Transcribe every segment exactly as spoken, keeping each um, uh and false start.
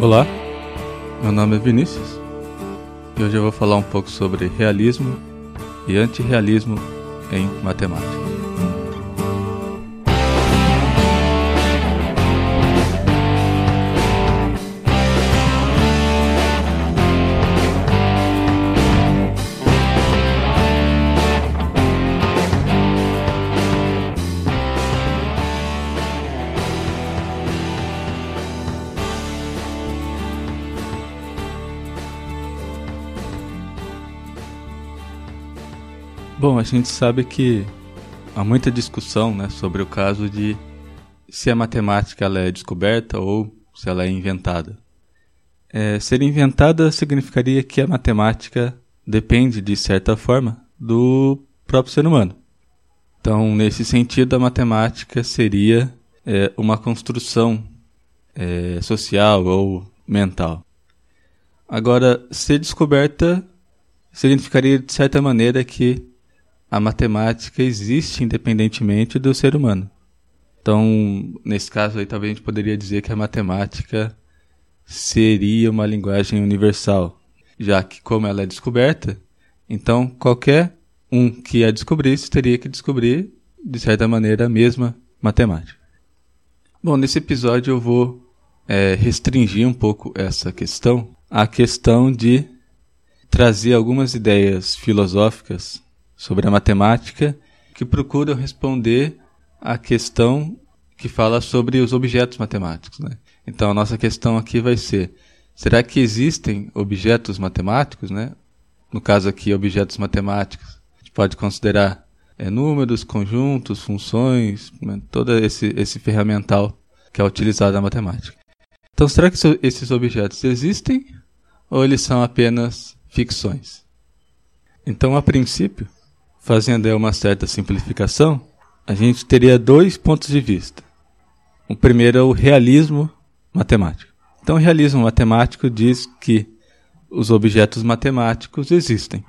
Olá, meu nome é Vinícius e hoje eu vou falar um pouco sobre realismo e antirrealismo em matemática. Bom, a gente sabe que há muita discussão, né, sobre o caso de se a matemática ela é descoberta ou se ela é inventada. É, ser inventada significaria que a matemática depende, de certa forma, do próprio ser humano. Então, nesse sentido, a matemática seria é, uma construção é, social ou mental. Agora, ser descoberta significaria, de certa maneira, que a matemática existe independentemente do ser humano. Então, nesse caso aí, talvez a gente poderia dizer que a matemática seria uma linguagem universal, já que, como ela é descoberta, então qualquer um que a descobrisse teria que descobrir, de certa maneira, a mesma matemática. Bom, nesse episódio eu vou é, restringir um pouco essa questão à questão de trazer algumas ideias filosóficas sobre a matemática que procuram responder à questão que fala sobre os objetos matemáticos, né? Então a nossa questão aqui vai ser: será que existem objetos matemáticos, né? No caso aqui, objetos matemáticos, a gente pode considerar é, números, conjuntos, funções, né? Todo esse, esse ferramental que é utilizado na matemática. Então, será que esses objetos existem ou eles são apenas ficções? Então, a princípio, fazendo uma certa simplificação, a gente teria dois pontos de vista. O primeiro é o realismo matemático. Então, o realismo matemático diz que os objetos matemáticos existem.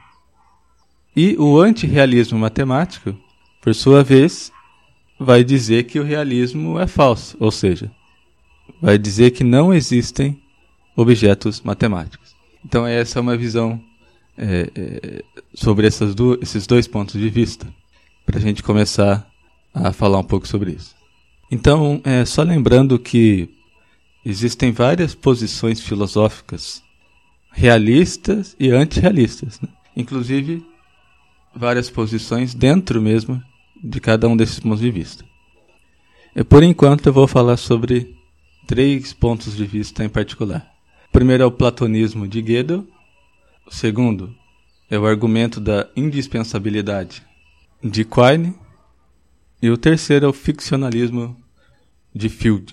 E o antirrealismo matemático, por sua vez, vai dizer que o realismo é falso, ou seja, vai dizer que não existem objetos matemáticos. Então, essa é uma visão É, é, sobre essas do, esses dois pontos de vista, para a gente começar a falar um pouco sobre isso. Então, é, só lembrando que existem várias posições filosóficas realistas e antirrealistas, né? Inclusive várias posições dentro mesmo de cada um desses pontos de vista. E, por enquanto eu vou falar sobre três pontos de vista em particular. O primeiro é o platonismo de Gödel. O segundo é o argumento da indispensabilidade de Quine. E o terceiro é o ficcionalismo de Field.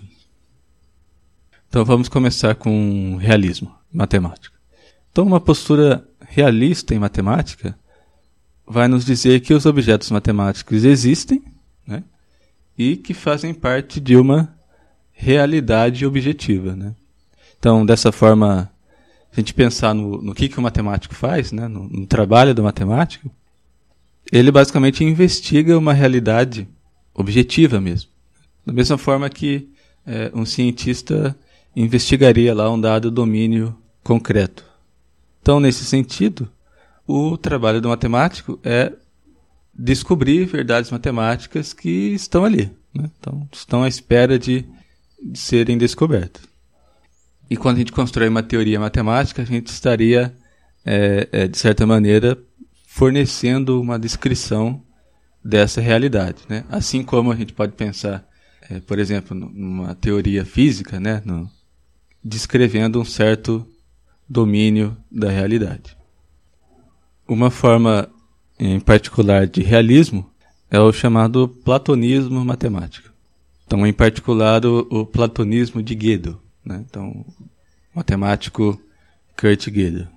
Então vamos começar com o realismo matemático. Então uma postura realista em matemática vai nos dizer que os objetos matemáticos existem, né, e que fazem parte de uma realidade objetiva, né? Então, dessa forma, a gente pensar no, no que, que o matemático faz, né, no, no trabalho do matemático, ele basicamente investiga uma realidade objetiva mesmo. Da mesma forma que é, um cientista investigaria lá um dado domínio concreto. Então, nesse sentido, o trabalho do matemático é descobrir verdades matemáticas que estão ali, né? Então, estão à espera de, de serem descobertas. E quando a gente constrói uma teoria matemática, a gente estaria, é, é, de certa maneira, fornecendo uma descrição dessa realidade, né? Assim como a gente pode pensar, é, por exemplo, numa teoria física, né, no, descrevendo um certo domínio da realidade. Uma forma em particular de realismo é o chamado platonismo matemático. Então, em particular, o, o platonismo de Gödel, né? Então, o matemático Kurt Gödel.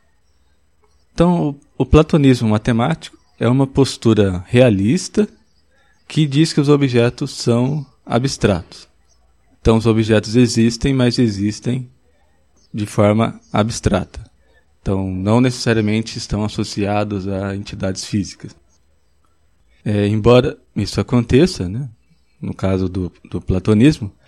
Então, o, o platonismo matemático é uma postura realista que diz que os objetos são abstratos. Então, os objetos existem, mas existem de forma abstrata. Então, não necessariamente estão associados a entidades físicas. É, embora isso aconteça, né, no caso do, do platonismo,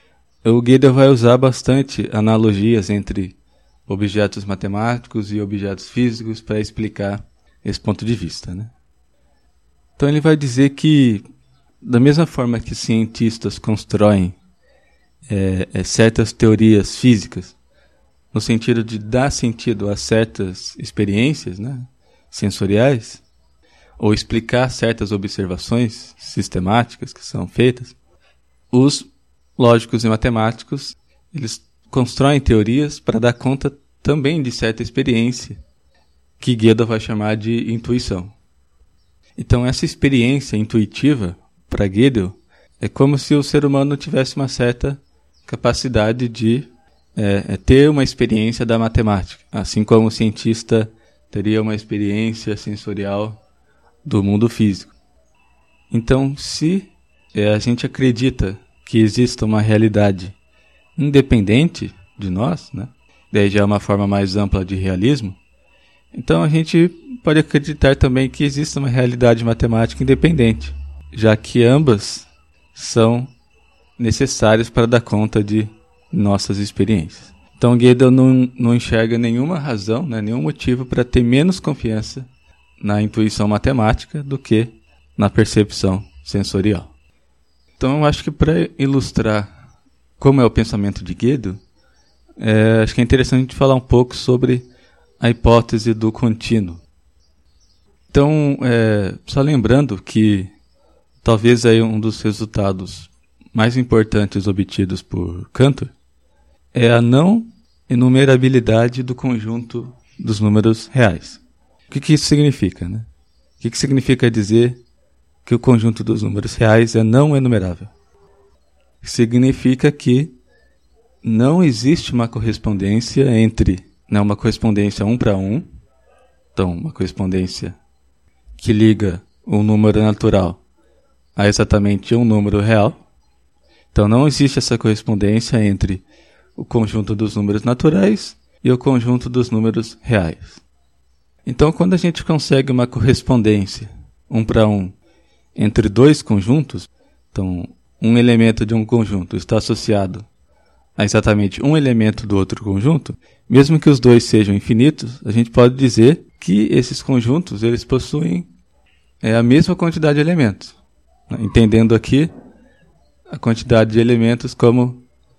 o Gödel vai usar bastante analogias entre objetos matemáticos e objetos físicos para explicar esse ponto de vista, né? Então ele vai dizer que, da mesma forma que cientistas constroem é, é, certas teorias físicas, no sentido de dar sentido a certas experiências, né, sensoriais, ou explicar certas observações sistemáticas que são feitas, os lógicos e matemáticos, eles constroem teorias para dar conta também de certa experiência, que Gödel vai chamar de intuição. Então essa experiência intuitiva, para Gödel, é como se o ser humano tivesse uma certa capacidade de é, é ter uma experiência da matemática, assim como o cientista teria uma experiência sensorial do mundo físico. Então, se é, a gente acredita que exista uma realidade independente de nós, né? Daí já é uma forma mais ampla de realismo, então a gente pode acreditar também que existe uma realidade matemática independente, já que ambas são necessárias para dar conta de nossas experiências. Então Gödel não, não enxerga nenhuma razão, né, nenhum motivo para ter menos confiança na intuição matemática do que na percepção sensorial. Então eu acho que para ilustrar como é o pensamento de Gödel, é, acho que é interessante a gente falar um pouco sobre a hipótese do contínuo. Então, é, só lembrando que talvez aí um dos resultados mais importantes obtidos por Cantor é a não enumerabilidade do conjunto dos números reais. O que, que isso significa, né? O que, que significa dizer que o conjunto dos números reais é não enumerável? Significa que não existe uma correspondência entre, né, uma correspondência um para um, então uma correspondência que liga um número natural a exatamente um número real. Então não existe essa correspondência entre o conjunto dos números naturais e o conjunto dos números reais. Então quando a gente consegue uma correspondência um para um entre dois conjuntos, então um elemento de um conjunto está associado a exatamente um elemento do outro conjunto, mesmo que os dois sejam infinitos, a gente pode dizer que esses conjuntos eles possuem é, a mesma quantidade de elementos, né? Entendendo aqui a quantidade de elementos como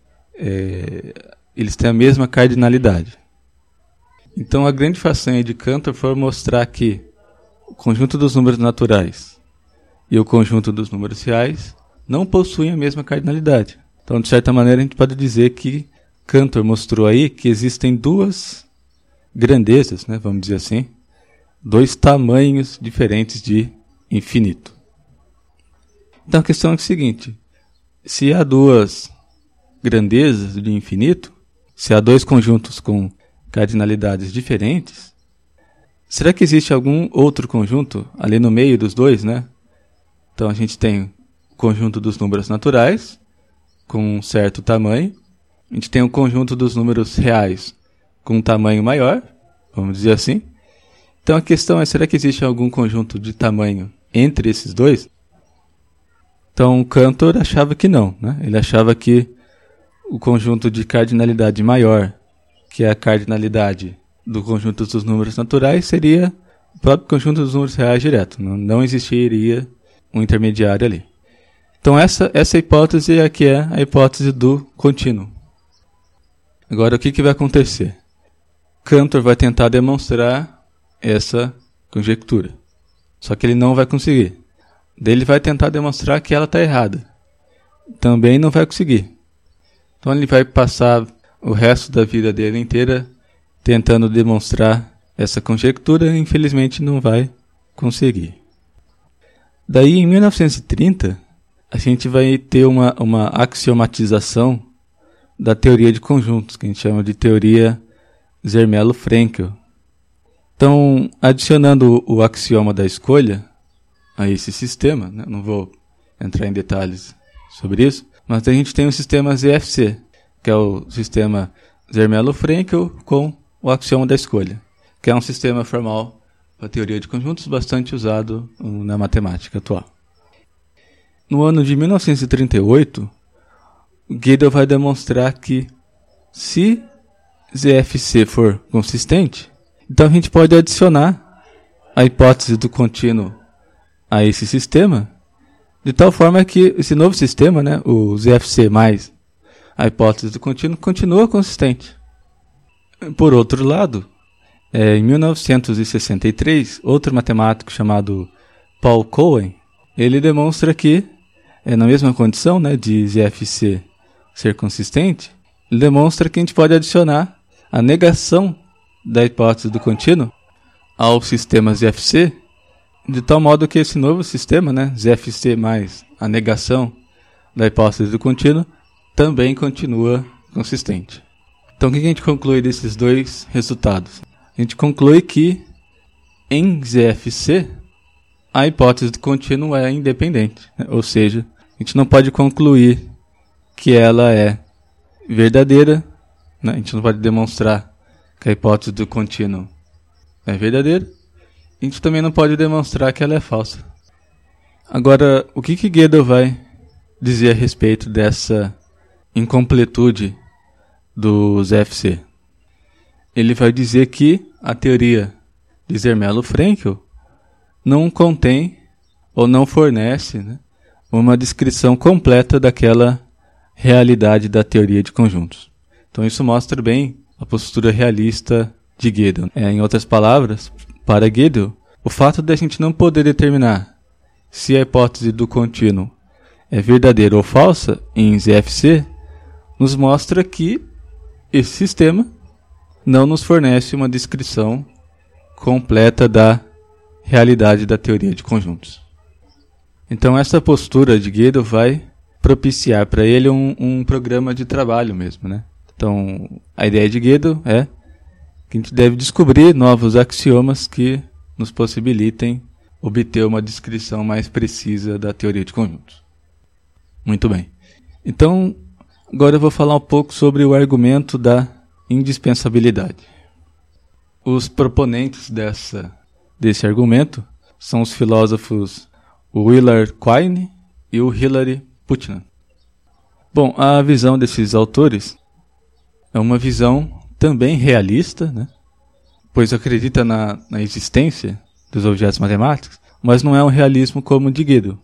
é, eles têm a mesma cardinalidade. Então a grande façanha de Cantor foi mostrar que o conjunto dos números naturais e o conjunto dos números reais não possuem a mesma cardinalidade. Então, de certa maneira, a gente pode dizer que Cantor mostrou aí que existem duas grandezas, né, vamos dizer assim, dois tamanhos diferentes de infinito. Então, a questão é a seguinte: se há duas grandezas de infinito, se há dois conjuntos com cardinalidades diferentes, será que existe algum outro conjunto ali no meio dos dois, né? Então, a gente tem o conjunto dos números naturais, com um certo tamanho. A gente tem o conjunto dos números reais com um tamanho maior, vamos dizer assim. Então a questão é, será que existe algum conjunto de tamanho entre esses dois? Então Cantor achava que não, né? Ele achava que o conjunto de cardinalidade maior, que é a cardinalidade do conjunto dos números naturais, seria o próprio conjunto dos números reais direto. Não, não existiria um intermediário ali. Então essa, essa hipótese é a que é a hipótese do contínuo. Agora o que, que vai acontecer? Cantor vai tentar demonstrar essa conjectura. Só que ele não vai conseguir. Daí ele vai tentar demonstrar que ela está errada. Também não vai conseguir. Então ele vai passar o resto da vida dele inteira tentando demonstrar essa conjectura e infelizmente não vai conseguir. Daí em mil novecentos e trinta... a gente vai ter uma, uma axiomatização da teoria de conjuntos, que a gente chama de teoria Zermelo-Fraenkel. Então, adicionando o, o axioma da escolha a esse sistema, né? Não vou entrar em detalhes sobre isso, mas a gente tem o sistema Z F C, que é o sistema Zermelo-Fraenkel com o axioma da escolha, que é um sistema formal para a teoria de conjuntos bastante usado na matemática atual. No ano de mil novecentos e trinta e oito, Gödel vai demonstrar que se Z F C for consistente, então a gente pode adicionar a hipótese do contínuo a esse sistema, de tal forma que esse novo sistema, né, o Z F C mais a hipótese do contínuo, continua consistente. Por outro lado, é, em mil novecentos e sessenta e três, outro matemático chamado Paul Cohen, ele demonstra que, é, na mesma condição, né, de Z F C ser consistente, ele demonstra que a gente pode adicionar a negação da hipótese do contínuo ao sistema Z F C, de tal modo que esse novo sistema, né, Z F C mais a negação da hipótese do contínuo, também continua consistente. Então o que a gente conclui desses dois resultados? A gente conclui que em Z F C a hipótese do contínuo é independente, né? Ou seja, a gente não pode concluir que ela é verdadeira, né? A gente não pode demonstrar que a hipótese do contínuo é verdadeira, a gente também não pode demonstrar que ela é falsa. Agora, o que que Gödel vai dizer a respeito dessa incompletude do Z F C? Ele vai dizer que a teoria de Zermelo-Fraenkel não contém ou não fornece, né, uma descrição completa daquela realidade da teoria de conjuntos. Então isso mostra bem a postura realista de Gödel. É, em outras palavras, para Gödel, o fato de a gente não poder determinar se a hipótese do contínuo é verdadeira ou falsa em Z F C nos mostra que esse sistema não nos fornece uma descrição completa da realidade da teoria de conjuntos. Então essa postura de Gödel vai propiciar para ele um, um programa de trabalho mesmo, né? Então a ideia de Gödel é que a gente deve descobrir novos axiomas que nos possibilitem obter uma descrição mais precisa da teoria de conjuntos. Muito bem. Então, agora eu vou falar um pouco sobre o argumento da indispensabilidade. Os proponentes dessa, desse argumento são os filósofos Willard Quine e o Hilary Putnam. Bom, a visão desses autores é uma visão também realista, né? Pois acredita na, na existência dos objetos matemáticos, mas não é um realismo como o de Gödel,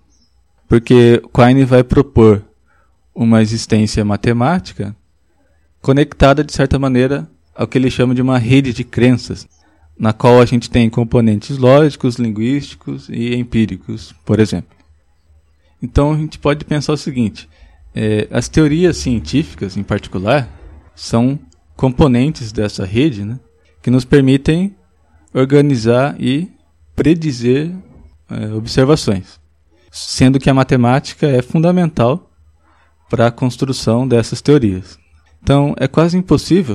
porque Quine vai propor uma existência matemática conectada, de certa maneira, ao que ele chama de uma rede de crenças, na qual a gente tem componentes lógicos, linguísticos e empíricos, por exemplo. Então a gente pode pensar o seguinte, é, as teorias científicas, em particular, são componentes dessa rede, né, que nos permitem organizar e predizer é, observações, sendo que a matemática é fundamental para a construção dessas teorias. Então, é quase impossível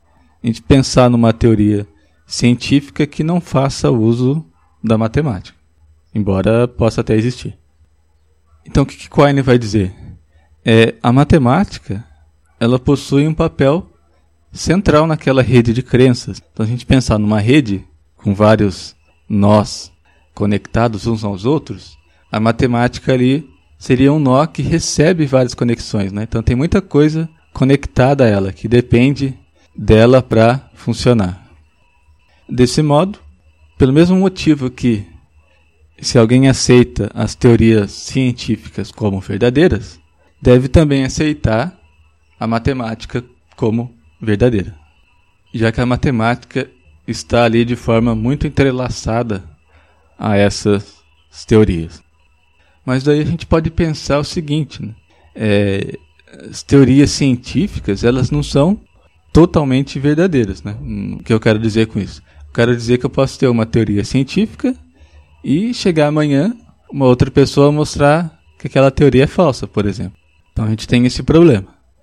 a gente pensar numa teoria científica que não faça uso da matemática, embora possa até existir. Então, o que que Quine vai dizer? É, a matemática, ela possui um papel central naquela rede de crenças. Então, a gente pensar numa rede com vários nós conectados uns aos outros, a matemática ali seria um nó que recebe várias conexões, né? Então tem muita coisa conectada a ela, que depende dela para funcionar. Desse modo, pelo mesmo motivo que se alguém aceita as teorias científicas como verdadeiras, deve também aceitar a matemática como verdadeira, já que a matemática está ali de forma muito entrelaçada a essas teorias. Mas daí a gente pode pensar o seguinte, né? É, as teorias científicas, elas não são totalmente verdadeiras, né? O que eu quero dizer com isso? Eu quero dizer que eu posso ter uma teoria científica e chegar amanhã uma outra pessoa mostrar que aquela teoria é falsa, por exemplo. Então a gente tem esse problema.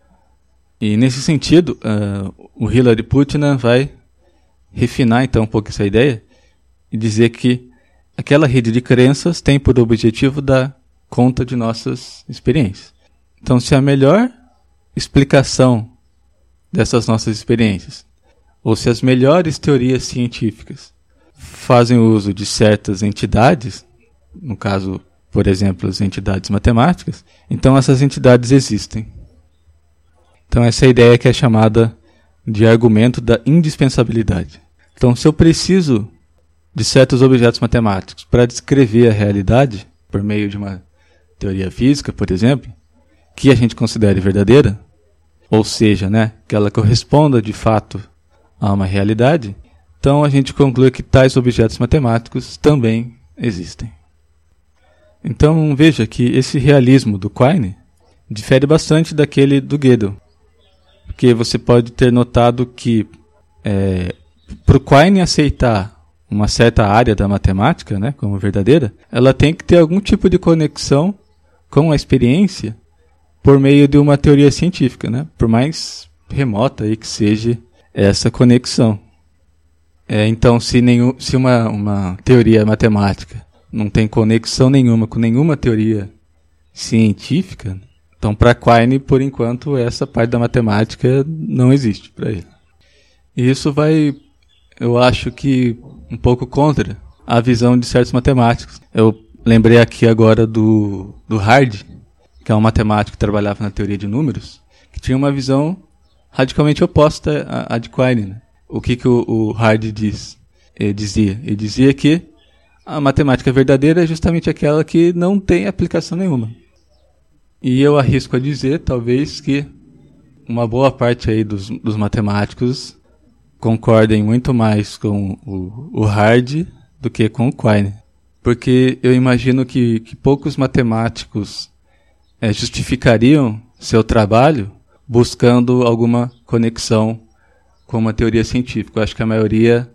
E nesse sentido, uh, o Hilary Putnam vai refinar então um pouco essa ideia e dizer que aquela rede de crenças tem por objetivo dar conta de nossas experiências. Então, se a melhor explicação dessas nossas experiências, ou se as melhores teorias científicas fazem uso de certas entidades, no caso, por exemplo, as entidades matemáticas, então essas entidades existem. Então essa é a ideia que é chamada de argumento da indispensabilidade. Então se eu preciso de certos objetos matemáticos para descrever a realidade, por meio de uma teoria física, por exemplo, que a gente considere verdadeira, ou seja, né, que ela corresponda de fato a uma realidade, então a gente conclui que tais objetos matemáticos também existem. Então veja que esse realismo do Quine difere bastante daquele do Gödel, porque você pode ter notado que é, para o Quine aceitar uma certa área da matemática, né, como verdadeira, ela tem que ter algum tipo de conexão com a experiência por meio de uma teoria científica, né, por mais remota aí que seja essa conexão. É, então, se, nenhum, se uma, uma teoria matemática não tem conexão nenhuma com nenhuma teoria científica, então para Quine, por enquanto, essa parte da matemática não existe para ele. E isso vai, eu acho que, um pouco contra a visão de certos matemáticos. Eu lembrei aqui agora do, do Hardy, que é um matemático que trabalhava na teoria de números, que tinha uma visão radicalmente oposta à, à de Quine, né? O que, que o, o Hardy diz? Ele dizia? Ele dizia que a matemática verdadeira é justamente aquela que não tem aplicação nenhuma. E eu arrisco a dizer, talvez, que uma boa parte aí dos, dos matemáticos concordem muito mais com o, o Hardy do que com o Quine. Porque eu imagino que, que poucos matemáticos é, justificariam seu trabalho buscando alguma conexão com uma teoria científica. Eu acho que a maioria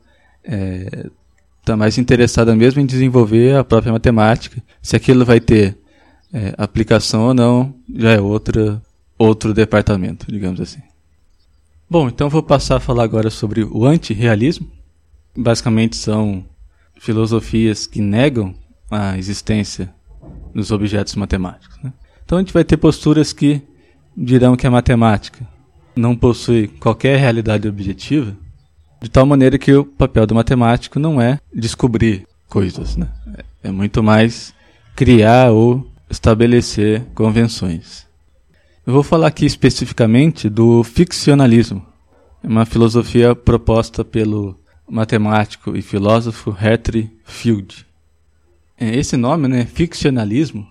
está é, mais interessada mesmo em desenvolver a própria matemática. Se aquilo vai ter é, aplicação ou não, já é outra, outro departamento, digamos assim. Bom, então vou passar a falar agora sobre o antirrealismo. Basicamente são filosofias que negam a existência dos objetos matemáticos, né? Então a gente vai ter posturas que dirão que a matemática não possui qualquer realidade objetiva, de tal maneira que o papel do matemático não é descobrir coisas, né? É muito mais criar ou estabelecer convenções. Eu vou falar aqui especificamente do ficcionalismo, uma filosofia proposta pelo matemático e filósofo Harry Field. Esse nome, né, ficcionalismo,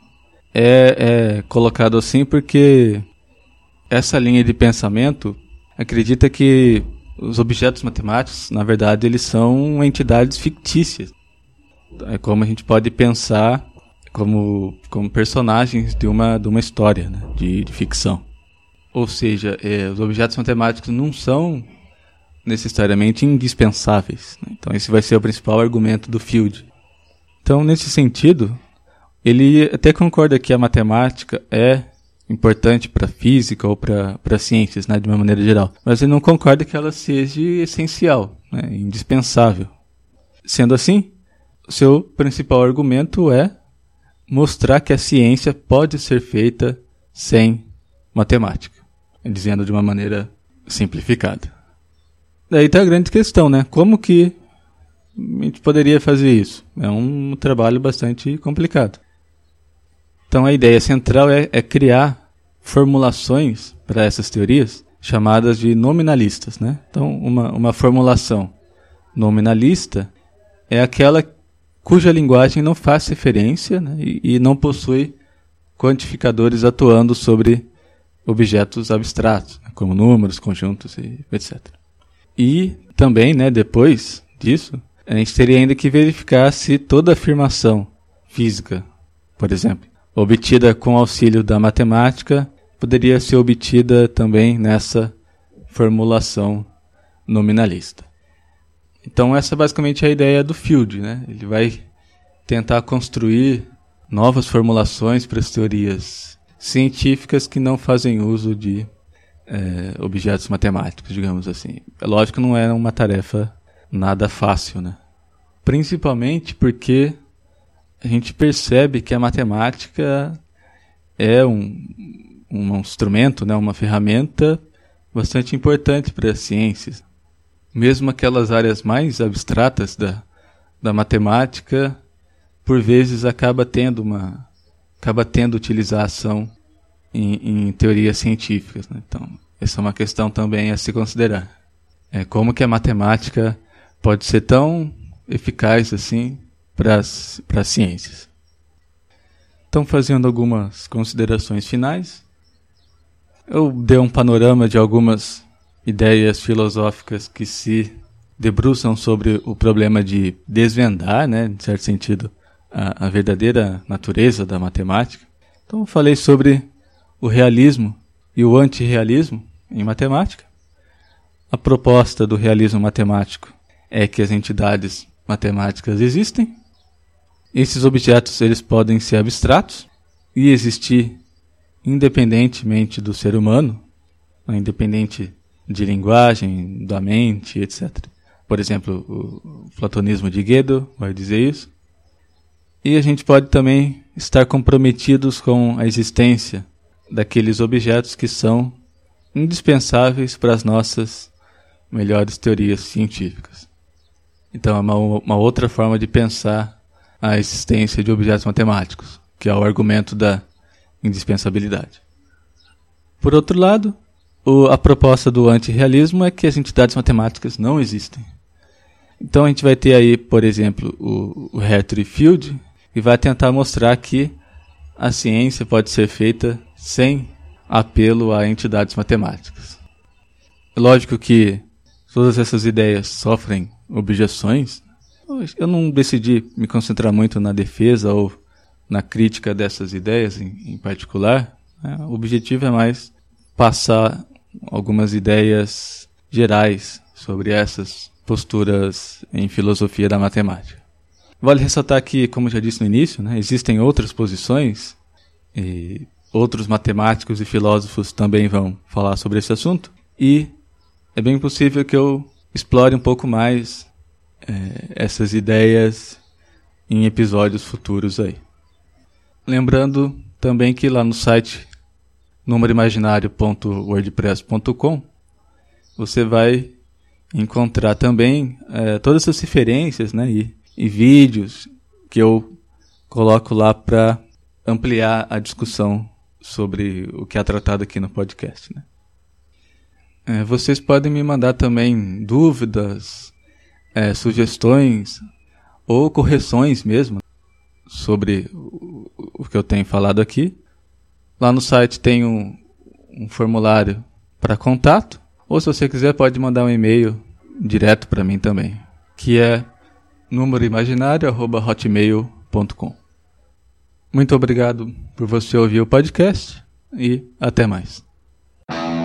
é, é colocado assim porque essa linha de pensamento acredita que os objetos matemáticos, na verdade, eles são entidades fictícias. É como a gente pode pensar como, como personagens de uma, de uma história, né, de, de ficção. Ou seja, é, os objetos matemáticos não são necessariamente indispensáveis, né? Então esse vai ser o principal argumento do Field. Então, nesse sentido, ele até concorda que a matemática é importante para a física ou para as ciências, né, de uma maneira geral. Mas ele não concorda que ela seja essencial, né, indispensável. Sendo assim, seu principal argumento é mostrar que a ciência pode ser feita sem matemática, dizendo de uma maneira simplificada. Daí está a grande questão, né? Como que a gente poderia fazer isso? É um trabalho bastante complicado. Então a ideia central é, é criar formulações para essas teorias chamadas de nominalistas, né? Então uma, uma formulação nominalista é aquela cuja linguagem não faz referência, né, e, e não possui quantificadores atuando sobre objetos abstratos, né, como números, conjuntos e etcétera. E também, né, depois disso, a gente teria ainda que verificar se toda afirmação física, por exemplo, obtida com auxílio da matemática, poderia ser obtida também nessa formulação nominalista. Então essa basicamente é a ideia do Field, né? Ele vai tentar construir novas formulações para as teorias científicas que não fazem uso de é, objetos matemáticos, digamos assim. É lógico que não é uma tarefa nada fácil, né? Principalmente porque a gente percebe que a matemática é um, um instrumento, né, uma ferramenta bastante importante para as ciências. Mesmo aquelas áreas mais abstratas da, da matemática, por vezes acaba tendo uma acaba tendo utilização em, em teorias científicas, né? Então, essa é uma questão também a se considerar. É como que a matemática pode ser tão eficaz assim para as ciências. Então, fazendo algumas considerações finais, eu dei um panorama de algumas ideias filosóficas que se debruçam sobre o problema de desvendar, né, em certo sentido, a, a verdadeira natureza da matemática. Então, eu falei sobre o realismo e o antirrealismo em matemática. A proposta do realismo matemático é que as entidades matemáticas existem. Esses objetos eles podem ser abstratos e existir independentemente do ser humano, independente de linguagem, da mente, etcétera. Por exemplo, o platonismo de Gödel vai dizer isso. E a gente pode também estar comprometidos com a existência daqueles objetos que são indispensáveis para as nossas melhores teorias científicas. Então é uma, uma outra forma de pensar a existência de objetos matemáticos, que é o argumento da indispensabilidade. Por outro lado, o, a proposta do antirrealismo é que as entidades matemáticas não existem. Então a gente vai ter aí, por exemplo, o, o Hartree Field, que vai tentar mostrar que a ciência pode ser feita sem apelo a entidades matemáticas. É lógico que todas essas ideias sofrem objeções. Eu não decidi me concentrar muito na defesa ou na crítica dessas ideias em, em particular. Né? O objetivo é mais passar algumas ideias gerais sobre essas posturas em filosofia da matemática. Vale ressaltar que, como já disse no início, né, existem outras posições e outros matemáticos e filósofos também vão falar sobre esse assunto e é bem possível que eu explore um pouco mais é, essas ideias em episódios futuros aí. Lembrando também que lá no site número imaginário ponto wordpress ponto com você vai encontrar também é, todas essas referências, né, e, e vídeos que eu coloco lá para ampliar a discussão sobre o que é tratado aqui no podcast, né? É, vocês podem me mandar também dúvidas, é, sugestões ou correções mesmo sobre o, o que eu tenho falado aqui. Lá no site tem um, um formulário para contato, ou se você quiser pode mandar um e-mail direto para mim também, que é número imaginário arroba hotmail ponto com. Muito obrigado por você ouvir o podcast e até mais.